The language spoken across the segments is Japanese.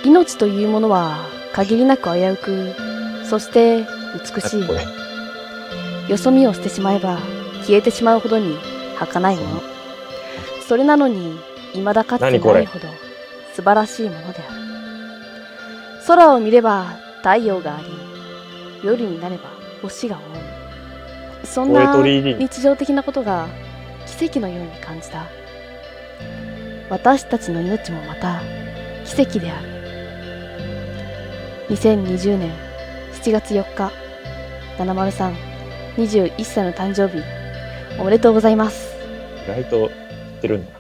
命というものは限りなく危うく、そして美しい。 これよそ見をしてしまえば消えてしまうほどに儚いもの。それなのに未だかつてないほど素晴らしいものである。空を見れば太陽があり、夜になれば星が覆う。そんな日常的なことが奇跡のように感じた。私たちの命もまた奇跡である。2020年7月4日、703、21歳の誕生日、おめでとうございます。 意外と言ってるんだ。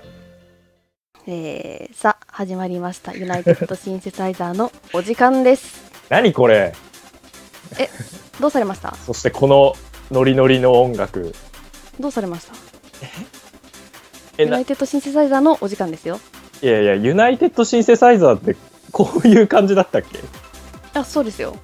さあ始まりましたユナイテッドシンセサイザーのお時間です。 何これ。 どうされました？ そしてこのノリノリの音楽どうされました？ユナイテッドシンセサイザーのお時間ですよ。 いやいや、ユナイテッドシンセサイザーってこういう感じだったっけ？ あ、そうですよ。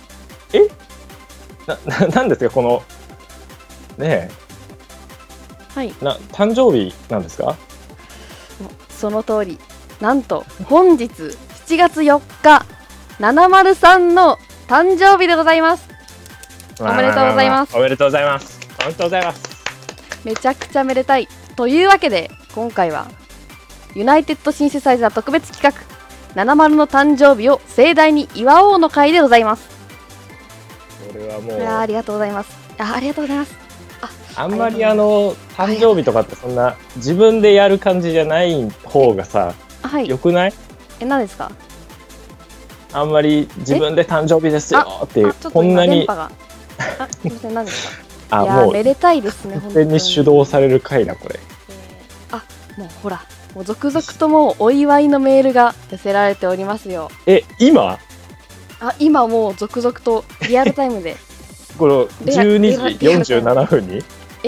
なんですかこのねえ、はい、 誕生日なんですか？ その通り。なんと本日7月4日、703の誕生日でございます。おめでとうございます。 おめでとうございます。おめでとうございます。 めちゃくちゃめでたい。というわけで今回はユナイテッドシンセサイザー特別企画、70の誕生日を盛大に祝おうの会でございます。 これはもうありがとうございます。ありがとうございます。 あんまり誕生日とかってそんな自分でやる感じじゃない方がさ、 はい、 よくない？ 何ですか？ あんまり自分で誕生日ですよっていう、こんなに電波がすみません、何ですか？ いやもうめでたいですね。 本当に主導される回だこれ。 もうほら、もう続々ともうお祝いのメールが寄せられておりますよ。今もう続々とリアルタイムでこの12時47分に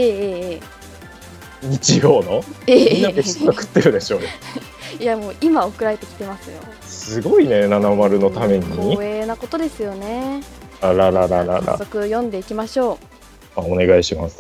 日曜のみんな飯とか食ってるでしょ。 いやもう今送られてきてますよ。 すごいね、70のために。 光栄なことですよね。 あららららら。 早速読んでいきましょう。お願いします。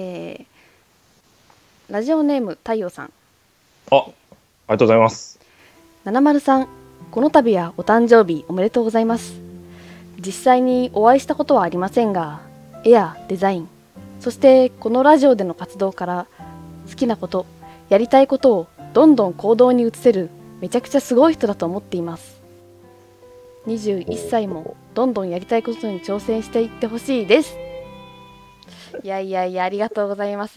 ラジオネーム太陽さん。 ありがとうございます。 703、この度はお誕生日おめでとうございます。実際にお会いしたことはありませんが、絵やデザイン、そしてこのラジオでの活動から好きなこと、やりたいことをどんどん行動に移せるめちゃくちゃすごい人だと思っています。21歳もどんどんやりたいことに挑戦していってほしいです。いやいやいや、ありがとうございます。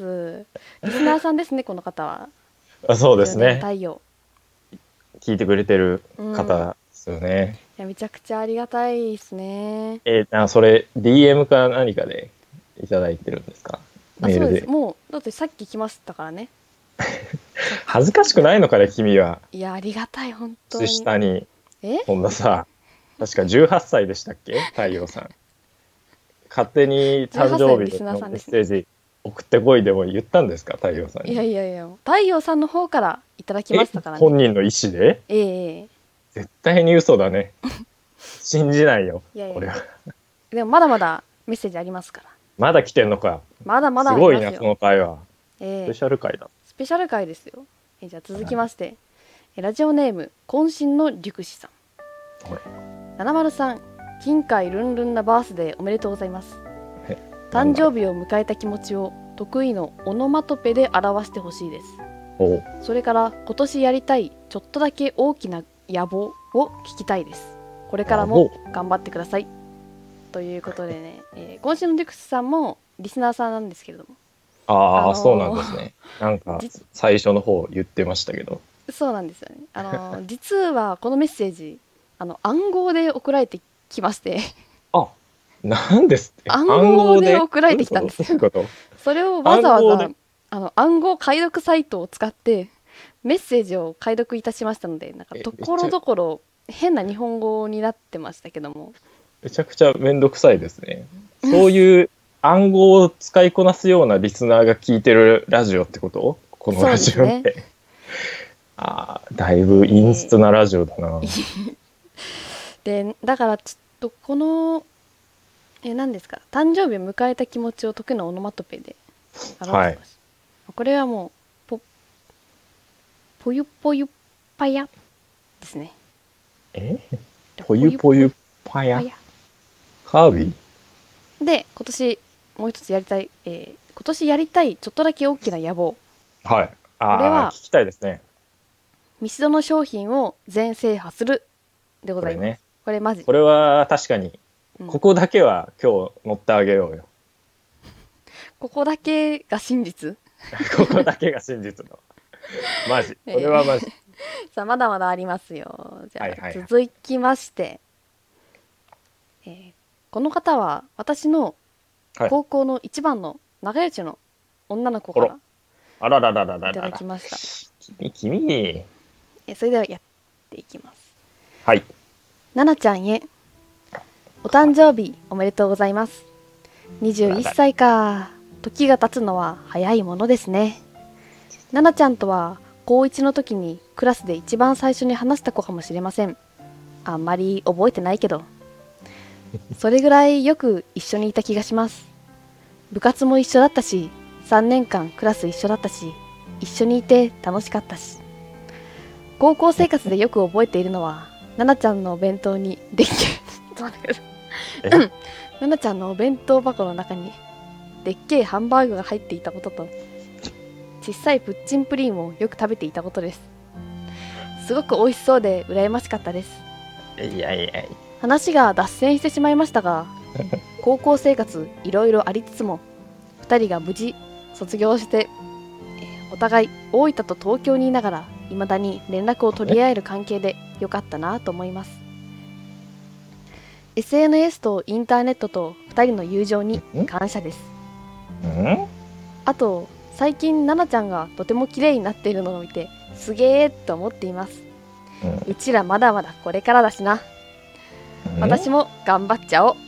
リスナーさんですね、この方は。 そうですね。 太陽聞いてくれてる方ですよね。 いや、めちゃくちゃありがたいですね。 それ DM か何かでいただいてるんですか？メールで。 そうです。もうだってさっき来ましたからね。 恥ずかしくないのかね、君は。 いや、ありがたい、本当に。 下にこんなさ、確か18歳でしたっけ、太陽さん。勝手に誕生日のメッセージ送ってこいでも言ったんですか、太陽さんに。 いやいやいや、太陽さんの方からいただきましたからね。 本人の意思で？絶対に嘘だね。信じないよ。俺は。 でもまだまだメッセージありますから。 まだ来てんのか。 まだまだありますよ。すごいな、その回は。スペシャル回だ。 スペシャル回ですよ。じゃあ続きまして、ラジオネーム渾身のリクシさん。703、金塊ルンルンなバースデーおめでとうございます。誕生日を迎えた気持ちを得意のオノマトペで表してほしいです。それから今年やりたいちょっとだけ大きな野望を聞きたいです。これからも頑張ってください。ということでね、今週のリクシさんもリスナーさんなんですけれども。 そうなんですね。なんか最初の方言ってましたけど。 そうなんですよね。実はこのメッセージ暗号で送られてきまして。 なんですって。 暗号で送られてきたんですよ。それをわざわざ暗号解読サイトを使ってメッセージを解読いたしましたので、なんかところどころ変な日本語になってましたけども。 めちゃくちゃめんどくさいですね。そういう暗号を使いこなすようなリスナーが聞いてるラジオってこと？このラジオって。ね、だいぶ陰湿なラジオだな。 で、だからちょっとこの何ですか、誕生日を迎えた気持ちを得意なオノマトペで表します。これはもうぽゆぽゆぱやですね。 ぽゆぽゆパヤカービィで今年もう一つやりたい、今年やりたいちょっとだけ大きな野望。 はい。 これは聞きたいですね。 ミスドの商品を全制覇するでございます。 これね。 これマジ。 これは確かに、ここだけは今日乗ってあげようよ。 ここだけが真実ここだけが真実の。マジ。これはマジ。 さあまだまだありますよ。じゃあ、 はいはいはい、 続きまして、この方は私の高校の一番の仲良しの女の子からあらららららいただきました。 君。 それではやっていきます。 はい。 ななちゃんへお誕生日おめでとうございます。21歳か。時が経つのは早いものですね。ななちゃんとは高1の時にクラスで一番最初に話した子かもしれません。あんまり覚えてないけど。それぐらいよく一緒にいた気がします。部活も一緒だったし、3年間クラス一緒だったし、一緒にいて楽しかったし。高校生活でよく覚えているのは、ななちゃんのお弁当にでっけえななちゃんのお弁当箱の中にでっけえハンバーグが入っていたことと、小さいプッチンプリンをよく食べていたことです。すごく美味しそうで羨ましかったです。 いやいやいや。 話が脱線してしまいましたが、高校生活いろいろありつつも2人が無事卒業して、お互い大分と東京にいながら未だに連絡を取り合える関係でよかったなと思います。SNS とインターネットと2人の友情に感謝です。あと最近ななちゃんがとても綺麗になっているのを見てすげーと思っています。うちらまだまだこれからだしな。私も頑張っちゃおう。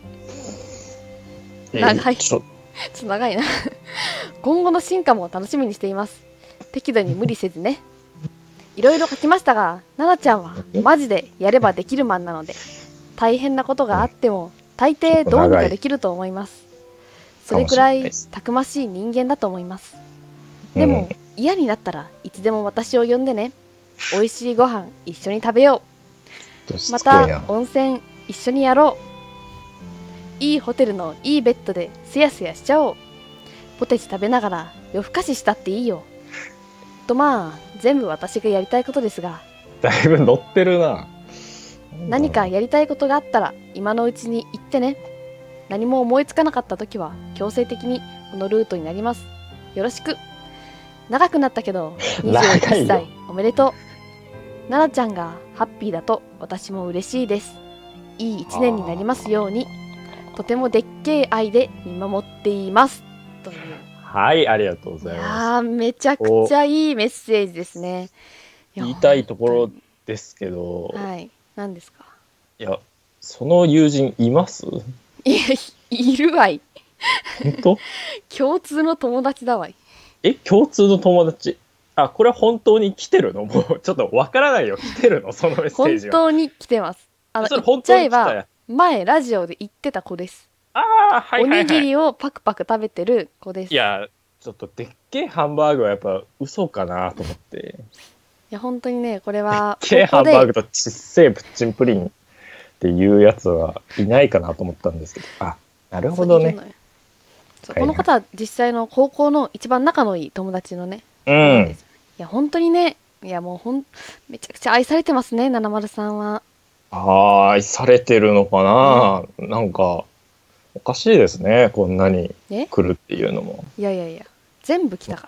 長い。ちょっと長いな。今後の進化も楽しみにしています。適度に無理せずね。いろいろ書きましたが、ななちゃんはマジでやればできるマンなので、大変なことがあっても大抵どうにかできると思います。それくらいたくましい人間だと思います。でも、嫌になったらいつでも私を呼んでね。美味しいご飯一緒に食べよう。また温泉一緒にやろう。いいホテルのいいベッドですやすやしちゃおう。ポテチ食べながら夜更かししたっていいよ。とまあ全部私がやりたいことですが、 だいぶ乗ってるな。 何かやりたいことがあったら今のうちに言ってね。何も思いつかなかった時は強制的にこのルートになります。よろしく。長くなったけど21歳おめでとう。ななちゃんがハッピーだと私も嬉しいです。いい一年になりますように。とてもでっけえ愛で見守っていますという。 はい、ありがとうございます。 めちゃくちゃいいメッセージですね。 言いたいところですけど、 はい、何ですか。 いや、その友人います？ いや、いるわい。 本当？ 共通の友達だわい。 共通の友達。これは本当に来てるの？もうちょっとわからないよ。来てるの？そのメッセージは。 本当に来てます。 それ言っちゃえば前ラジオで言ってた子です。おにぎりをパクパク食べてる子です。 いや、ちょっとでっけえハンバーグはやっぱ嘘かなと思って。 いや本当にね、これはでっけえハンバーグとちっせえプッチンプリンっていうやつはいないかなと思ったんですけど、なるほどね。 この方は実際の高校の一番仲のいい友達のね。いや本当にね、いやもうめちゃくちゃ愛されてますね、70さんは。 愛されてるのかな、なんかおかしいですね、こんなに来るっていうのも。 いや全部来たから。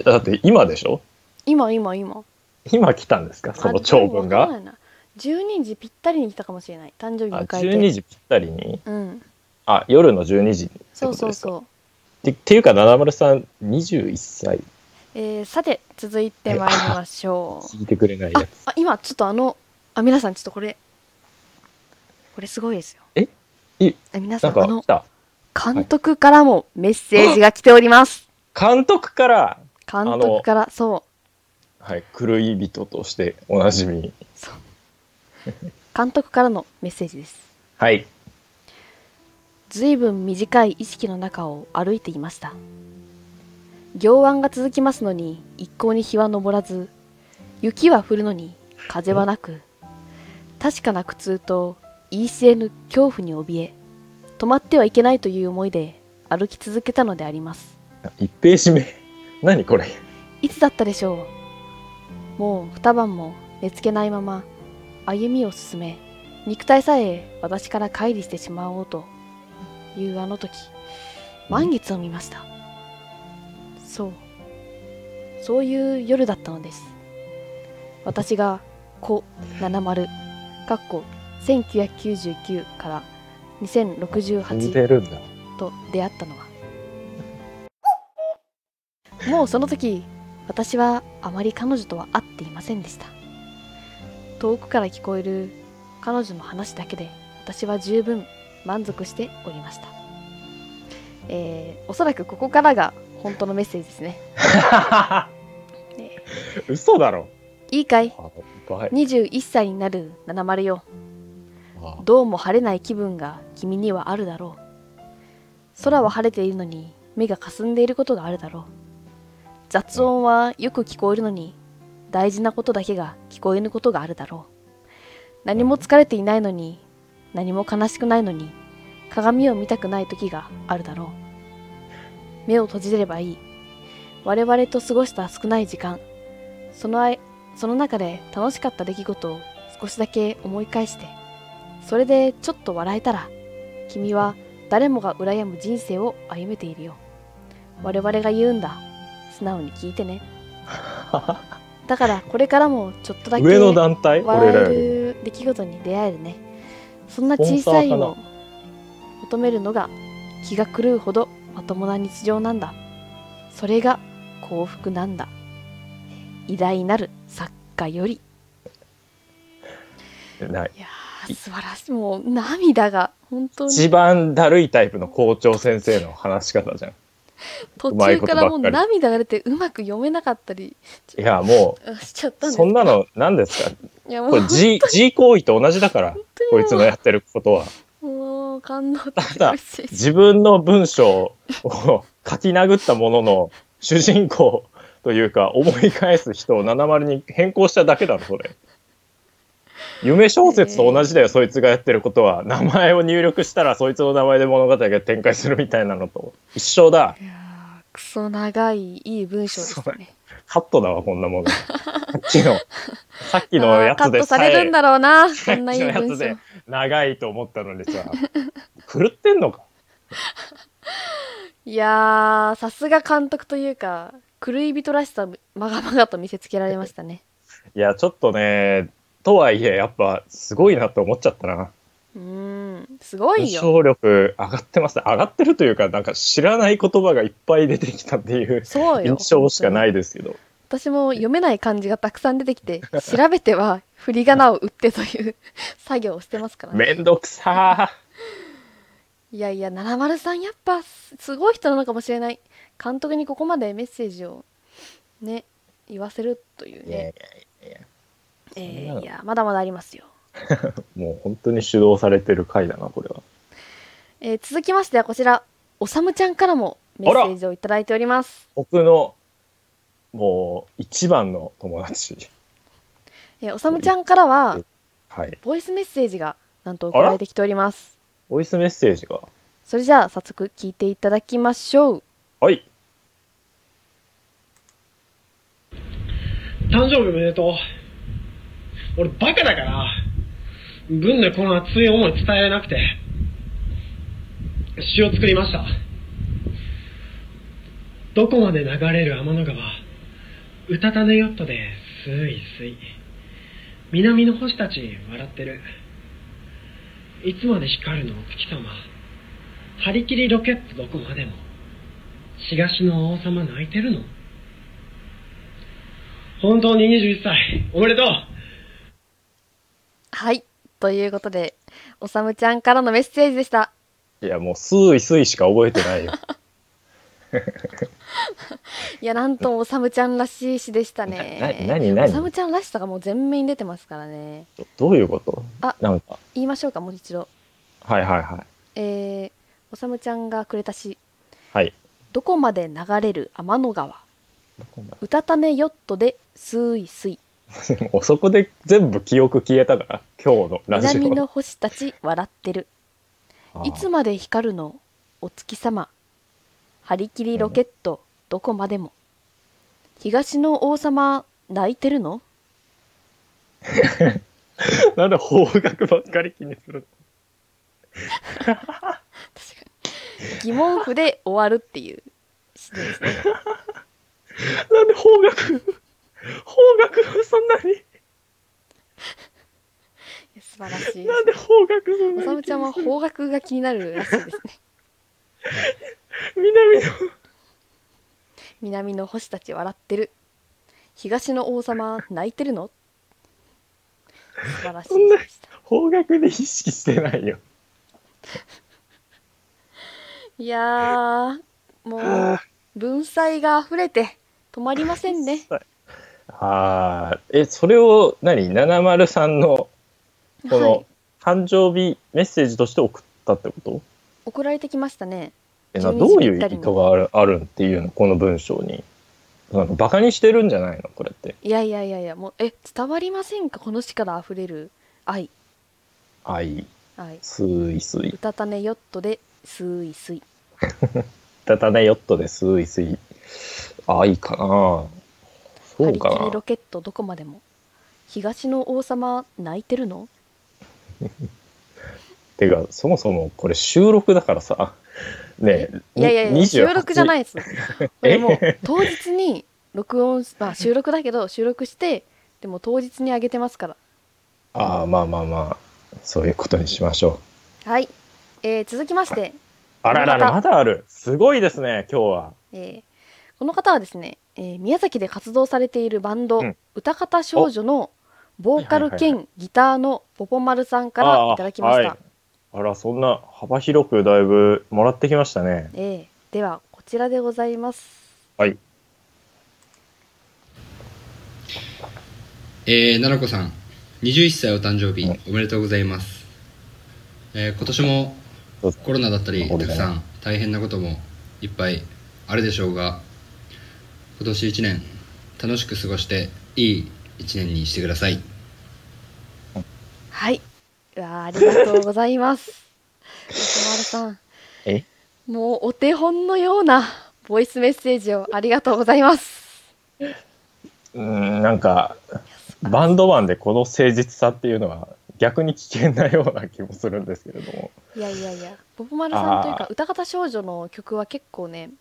だって今でしょ？今来たんですか、その長文が。 12時ぴったりに来たかもしれない。誕生日迎えて。 12時ぴったりに。夜の12時ってことですか。そうっていうか70さん21歳。 さて続いてまいりましょう。 聞いてくれないやつ。 今ちょっと皆さんちょっとこれすごいですよ。皆さん監督からもメッセージが来ております。 監督からそう。 はい、狂い人としておなじみ。 監督からのメッセージです。 はい。 ずいぶん短い意識の中を歩いていました。行腕が続きますのに一向に日は昇らず、雪は降るのに風はなく、 確かな苦痛と言い知れぬ恐怖に怯え、止まってはいけないという思いで歩き続けたのであります。 一ページ目。何これ。 いつだったでしょう。もう二晩も寝つけないまま歩みを進め、肉体さえ私から乖離してしまおうというあの時、満月を見ました。そういう夜だったのです。私が子701999から死ん 2068 でるんだ。 と出会ったのは、もうその時私はあまり彼女とは会っていませんでした。遠くから聞こえる彼女の話だけで私は十分満足しておりました。おそらくここからが本当のメッセージですね。 嘘だろ。 いいかい、 あばい。 21歳になる70よ。どうも晴れない気分が君にはあるだろう。空は晴れているのに目が霞んでいることがあるだろう。雑音はよく聞こえるのに大事なことだけが聞こえぬことがあるだろう。何も疲れていないのに、何も悲しくないのに、鏡を見たくない時があるだろう。目を閉じればいい。我々と過ごした少ない時間、その中で楽しかった出来事を少しだけ思い返して、それでちょっと笑えたら、君は誰もが羨む人生を歩めているよ。我々が言うんだ。素直に聞いてね。だからこれからもちょっとだけ上の団体、俺ら笑えよりる出来事に出会えるね。そんな小さいスポンサーを求めるのが気が狂うほどまともな日常なんだ。それが幸福なんだ。偉大なる作家より。 ないやー、素晴らしい。もう涙が本当に一番だるいタイプの校長先生の話し方じゃん。 途中からもう涙が出てうまく読めなかったりいやもしちゃったうんですけど。 そんなの何ですか。 いやもうこれ G 行為と同じだから、こいつのやってることは。 もう感動的ただメッセージ。 自分の文章を書き殴ったものの主人公というか思い返す人を70に変更しただけだろそれ。夢小説と同じだよ、そいつがやってることは。名前を入力したらそいつの名前で物語が展開するみたいなのと一緒だ。 いやー、クソ長いいい文章ですね。 カットだわこんなもの。さっきのやカットさつでさえれるんだろうな、こさっきんないい文章。 のやつで長いと思ったのにさ、狂ってんのか。 いやー、さすが監督というか狂い人らしさまがまがと見せつけられましたね。 いやちょっとね、とはいえやっぱすごいなと思っちゃったな。 すごいよ。 文章力上がってますね。上がってるというか、なんか知らない言葉がいっぱい出てきたっていうそうよ。 印象しかないですけど。 私も読めない漢字がたくさん出てきて調べては振り仮名を打ってという作業をしてますからね。 めんどくさいやいや、70さんやっぱすごい人なのかもしれない。監督にここまでメッセージをね言わせるというー。いやいね。 やいやそんなのいやまだまだありますよ。 もう本当に主導されてる回だなこれは。 続きましてはこちら、おさむちゃんからもメッセージをいただいております。 僕のもう一番の友達。 おさむちゃんからははい。 ボイスメッセージがなんと送られてきております。 ボイスメッセージが。 それじゃあ早速聞いていただきましょう。 はい。 誕生日おめでとう。俺バカだから文でこの熱い思い伝えられなくて詩を作りました。どこまで流れる天の川、うたた寝ヨットでスイスイ、南の星たち笑ってる。いつまで光るのお月様、張り切りロケットどこまでも、東の王様泣いてるの。本当に21歳おめでとう。 はいということでおさむちゃんからのメッセージでした。 いやもうスイスイしか覚えてないよ。 いやなんともおさむちゃんらしい詩でしたね。 何おさむちゃんらしさがもう全面に出てますからね。 どういうこと。 あ、 なんか言いましょうかもう一度。 はいはいはい。 おさむちゃんがくれた詩、 はい。 どこまで流れる天の川、うたた寝ヨットでスイスイ、 もうそこで全部記憶消えたから今日のラジオ南の星たち笑ってる。いつまで光るのお月様。張り切りロケットどこまでも。東の王様泣いてるの。 なんで方角ばっかり気にする確かに疑問符で終わるっていう詩ですね。 の。なんで方角そんなに素晴らしい。 なんで方角そんなにおさむちゃんは方角が気になるらしいですね。 南の南の星たち笑ってる。東の王様泣いてるの。素晴らしいそんなでした。 方角で意識してないよ。 いやー、もう文才が溢れて止まりませんね。 ああ、それを70さんのこのはい、 誕生日メッセージとして送ったってこと？ 送られてきましたね。 ど 12時ういう意ぴったりに図があるっていうのこの文章に。バカにしてるんじゃないのこれって。 いやいやいやいや、もう伝わりませんか、この詩から溢れる愛。 愛、 愛。 スイスイ。 うたた寝ヨットでスイスイ。 たたねヨットでスイスイ。愛かな。そうかな張り切りロ。ケットどこまでも。東の王様泣いてるの。 てかそもそもこれ収録だからさ。ねえ、 いやいやいや、収録じゃないい。 です。これもう当日に録音まあ収録だけど収録してでも当日に上げてますから。 ああ、まあまあまあ、そういうことにしましょう。 はい、続きましてあららら、 この方まだある。すごいですね、今日は。 この方はですね、宮崎で活動されているバンド、 うん歌方少女のボーカルはいはいはい兼ギターのポポマルさんからいただきました。 はい。あら、そんな幅広くだいぶもらってきましたね。 ではこちらでございます。 はい。 ななこさん、21歳お誕生日おめでとうございます。今年もコロナだったりたくさん大変なこともいっぱいあるでしょうが、今年1年楽しく過ごしていい1年にしてください。 はい、うわー、ありがとうございますポポマルさん、もうお手本のようなボイスメッセージをありがとうございます。 なんかバンドマンでこの誠実さっていうのは逆に危険なような気もするんですけれども。 いやいやいや、ポポマルさんというか歌方少女の曲は結構ね、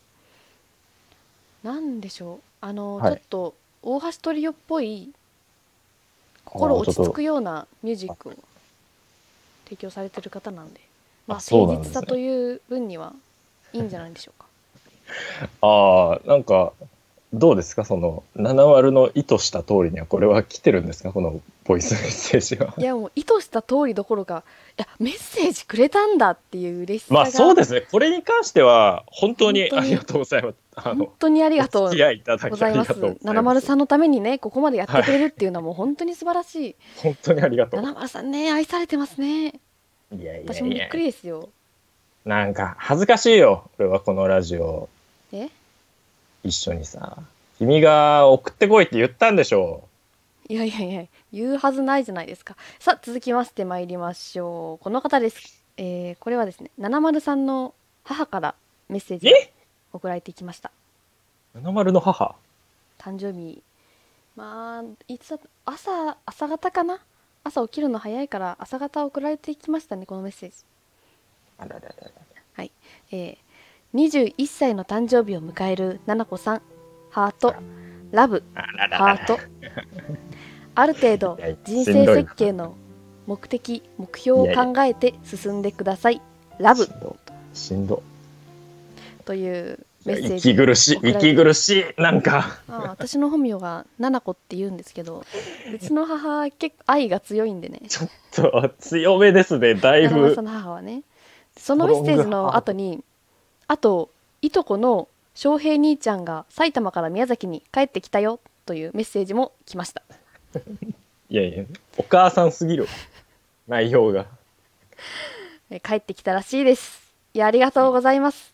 なんでしょう、ちょっと大橋トリオっぽい心落ち着くようなミュージックを提供されてる方なんで、まあ誠実さという分にはいいんじゃないでしょうか。 なんかどうですか、その70の意図した通りにはこれは来てるんですか、このボイスメッセージは。 いやもう意図した通りどころか、いやメッセージくれたんだっていう嬉しさが。 まあそうですね、これに関しては本当にありがとうございます。 本当にありがとうございます。70さんのためにね、ここまでやってくれるっていうのはもう本当に素晴らしい。 本当にありがとう。 70さんね、愛されてますね。 いやいやいや、 私もびっくりですよ。 なんか恥ずかしいよ、俺はこのラジオ一緒にさ、君が送ってこいって言ったんでしょう。いやいやいや、言うはずないじゃないですか。さあ続きまして参りましょう。この方です。これはですね、70さんの母からメッセージが送られてきました。 70の母、 誕生日、まあいつだ、朝方かな。朝起きるの早いから朝方送られてきましたね、このメッセージ。 あらららら。 はい、21歳の誕生日を迎えるななこさん、ハート、ラブ、ハート。ある程度人生設計の目的目標を考えて進んでください。ラブ。 しんどというメッセージ。 息苦しいなんか。 私の本名がななこって言うんですけど、うちの母結構愛が強いんでね。 ちょっと強めですね、だいぶ。 ななさんの母はね。そのメッセージの後に、あといとこの翔平兄ちゃんが埼玉から宮崎に帰ってきたよというメッセージも来ました。 いやいや、お母さんすぎる内容が。 帰ってきたらしいです。いや、ありがとうございます。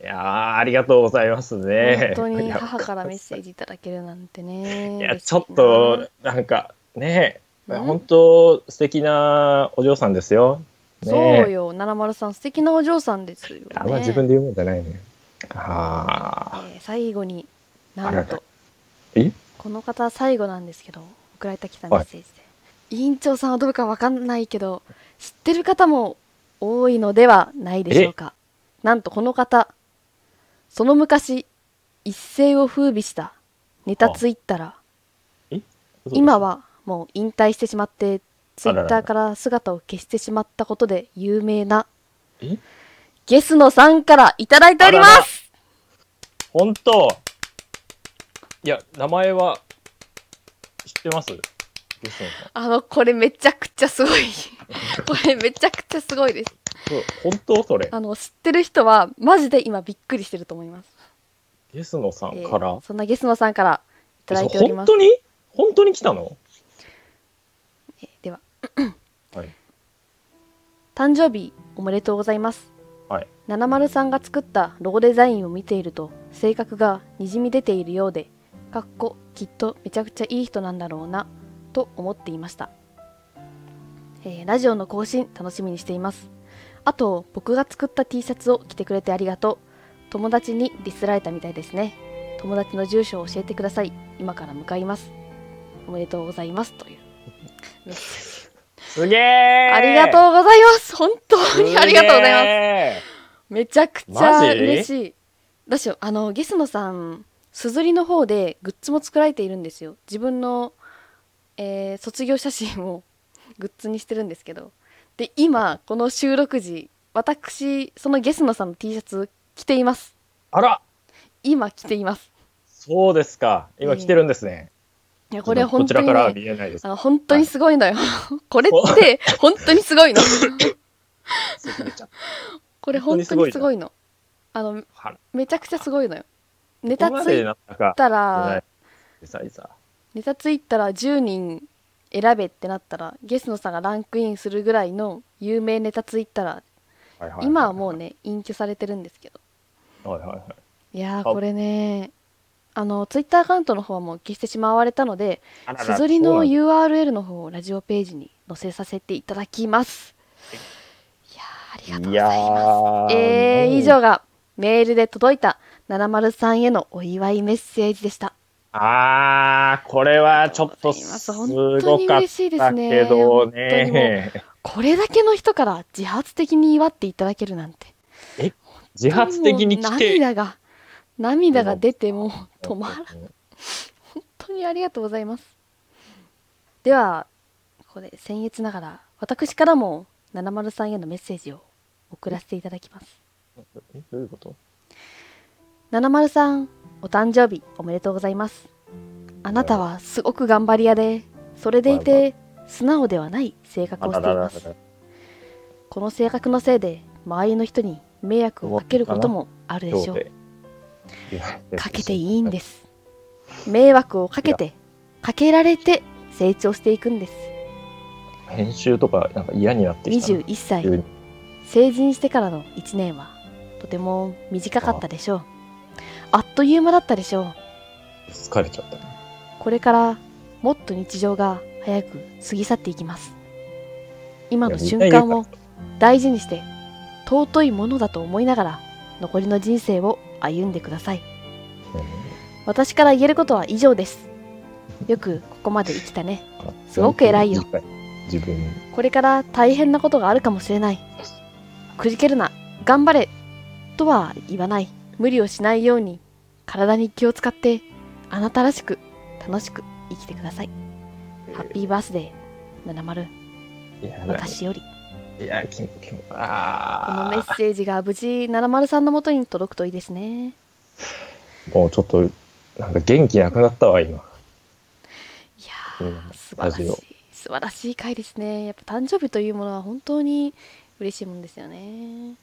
いやー、ありがとうございますね。 本当にいや母からメッセージいただけるなんてね。 いや、 嬉しちょっと、なんか、ね本当素敵なお嬢さんですよ。 そうよ、703さん素敵なお嬢さんですよね。 あんま自分で言うもんじゃないね。あ最後にあ。 なんとえこの方最後なんですけど、送られてきたメッセージで、委員長さんはどうかわかんないけど知ってる方も多いのではないでしょうか。なんとこの方、その昔一世を風靡したネタツイッターら、今はもう引退してしまってツイッターから姿を消してしまったことで有名なゲスノさんからいただいております。 本当？いや、名前は知ってます？ゲスノさん。 これめちゃくちゃすごいこれめちゃくちゃすごいです。 本当それ？ 知ってる人はマジで今びっくりしてると思います。 ゲスノさんから、 そんなゲスノさんからいただいております。 本当に来たの？ では、 はい、 誕生日おめでとうございます。 はい、 70さんが作ったロゴデザインを見ていると性格がにじみ出ているようで、きっとめちゃくちゃいい人なんだろうなと思っていました。ラジオの更新楽しみにしています。あと僕が作った T シャツを着てくれてありがとう。友達にディスられたみたいですね。友達の住所を教えてください。今から向かいます。おめでとうございますというメッセージ。 すげー、 ありがとうございます。本当にありがとうございます。めちゃくちゃ嬉しい。だしゲスノさんすずりの方でグッズも作られているんですよ。自分の、卒業写真をグッズにしてるんですけど、で今この収録時私そのゲスノさんの T シャツ着ています。 あら、 今着ています。 そうですか、今着てるんですね。 いやこれ本当に、ね、 こちらからは見えないです。 本当にすごいのよ、はい、これって本当にすごいのこれ本当にすごいの。めちゃくちゃすごいのよ。ネタついたら10人選べってなったらゲスノさんがランクインするぐらいの有名ネタツイッター、今はもうね隠居されてるんですけど、いやーこれねツイッターアカウントの方はもう消してしまわれたので、すずりの URL の方をラジオページに載せさせていただきます。いやーありがとうございます。以上がメールで届いた703へのお祝いメッセージでした。 これはちょっとすごかったけどね。 これだけの人から自発的に祝っていただけるなんて。 自発的に来て涙が出ても止まらん。本当にありがとうございます。ではここで僭越ながら私からも703へのメッセージを送らせていただきます。 どういうこと？ 703お誕生日おめでとうございます。あなたはすごく頑張り屋で、それでいて素直ではない性格をしています。この性格のせいで周りの人に迷惑をかけることもあるでしょう。かけていいんです。迷惑をかけてかけられて成長していくんです。 編集とかなんか嫌になってきた。 21歳成人してからの1年はとても短かったでしょう。あっという間だったでしょう。 疲れちゃったね。 これからもっと日常が早く過ぎ去っていきます。今の瞬間を大事にして尊いものだと思いながら残りの人生を歩んでください。私から言えることは以上です。よくここまで生きたね。すごく偉いよ。これから大変なことがあるかもしれない。くじけるな、頑張れとは言わない。無理をしないように体に気を使ってあなたらしく楽しく生きてください。ハッピーバースデー70。私より。このメッセージが無事70さんのもとに届くといいですね。 もうちょっとなんか元気なくなったわ今。いやー、素晴らしい回ですね。やっぱ誕生日というものは本当に嬉しいものですよね。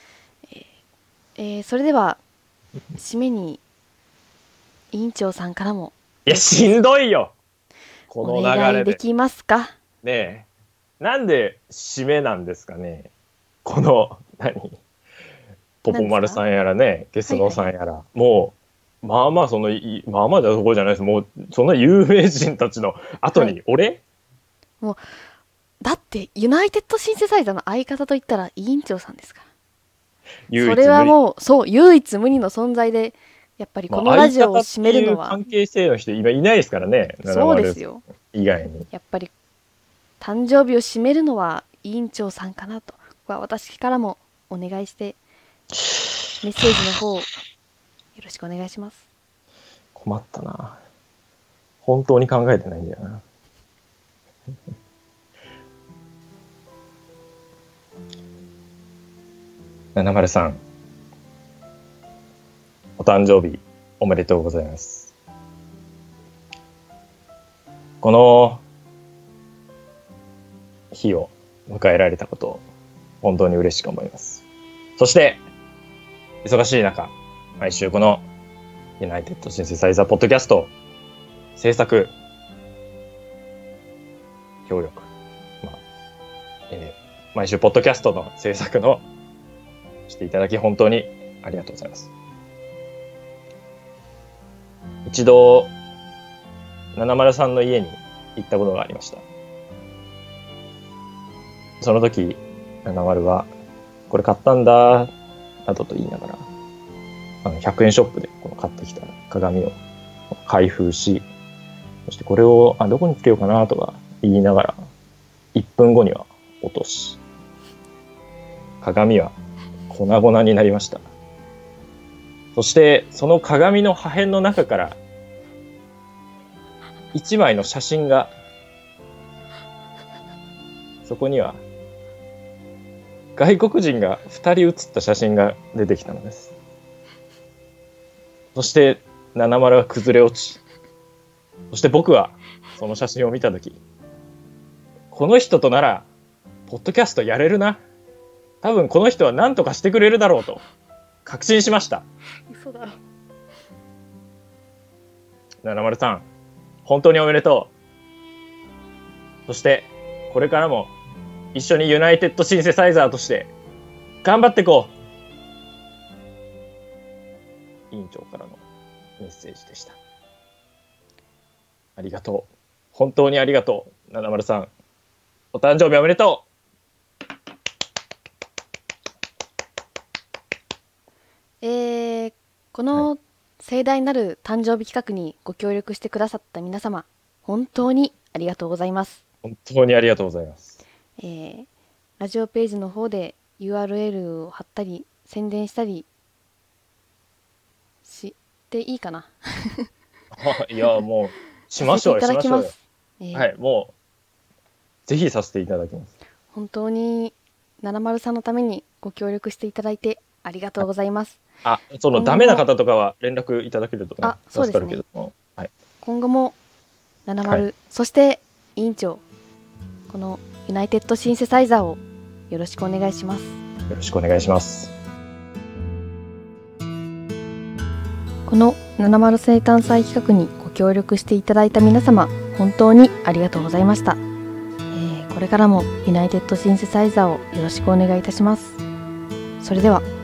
それでは締めに委員長さんからもしんどいよこの流れで。 お願いできますかねえ、なんで締めなんですかねこのポポマルさんやらね、ゲスノさんやら、もうまあまあじゃそこじゃないです。もうその有名人たちの後に俺、 もうだってユナイテッドシンセサイザーの相方といったら委員長さんですから。それはもうそう唯一無二の存在で、やっぱりこのラジオを締めるのは、 関係性の人今いないですからね。 そうですよ。 以外にやっぱり誕生日を締めるのは委員長さんかなと、ここは私からもお願いしてメッセージの方をよろしくお願いします。 困ったな。本当に考えてないんだよな。70さん、お誕生日おめでとうございます。この日を迎えられたことを本当に嬉しく思います。そして忙しい中、毎週このユナイテッドシンセサイザーポッドキャスト制作協力、毎週ポッドキャストの制作のしていただき本当にありがとうございます。一度70さんの家に行ったことがありました。その時70はこれ買ったんだなどと言いながら100円ショップでこの買ってきた鏡を開封し、そしてこれをどこにつけようかなとか言いながら1分後には落とし、鏡は粉々になりました。そしてその鏡の破片の中から1枚の写真が、そこには外国人が2人写った写真が出てきたのです。そして70は崩れ落ち、そして僕はその写真を見たとき、この人とならポッドキャストやれるな、多分この人は何とかしてくれるだろうと確信しました。 嘘だろ。 70さん、本当におめでとう。そしてこれからも一緒にユナイテッドシンセサイザーとして頑張っていこう。委員長からのメッセージでした。ありがとう。本当にありがとう。70さん、お誕生日おめでとう。 この盛大なる誕生日企画にご協力してくださった皆様、本当にありがとうございます。 本当にありがとうございます。 ラジオページの方で URL を貼ったり宣伝したりしていいかな。 いや、もうしましょうよ、しましょうよ。はい、もうぜひさせていただきます。 本当に70さんのためにご協力していただいてありがとうございます。 そのダメな方とかは連絡いただけるとね、 そうですね。 助かるけども、はい、 今後も70、 はい、 そして委員長、このユナイテッドシンセサイザーをよろしくお願いします。 よろしくお願いします。 この70生誕祭企画にご協力していただいた皆様、本当にありがとうございました。これからもユナイテッドシンセサイザーをよろしくお願いいたします。それでは。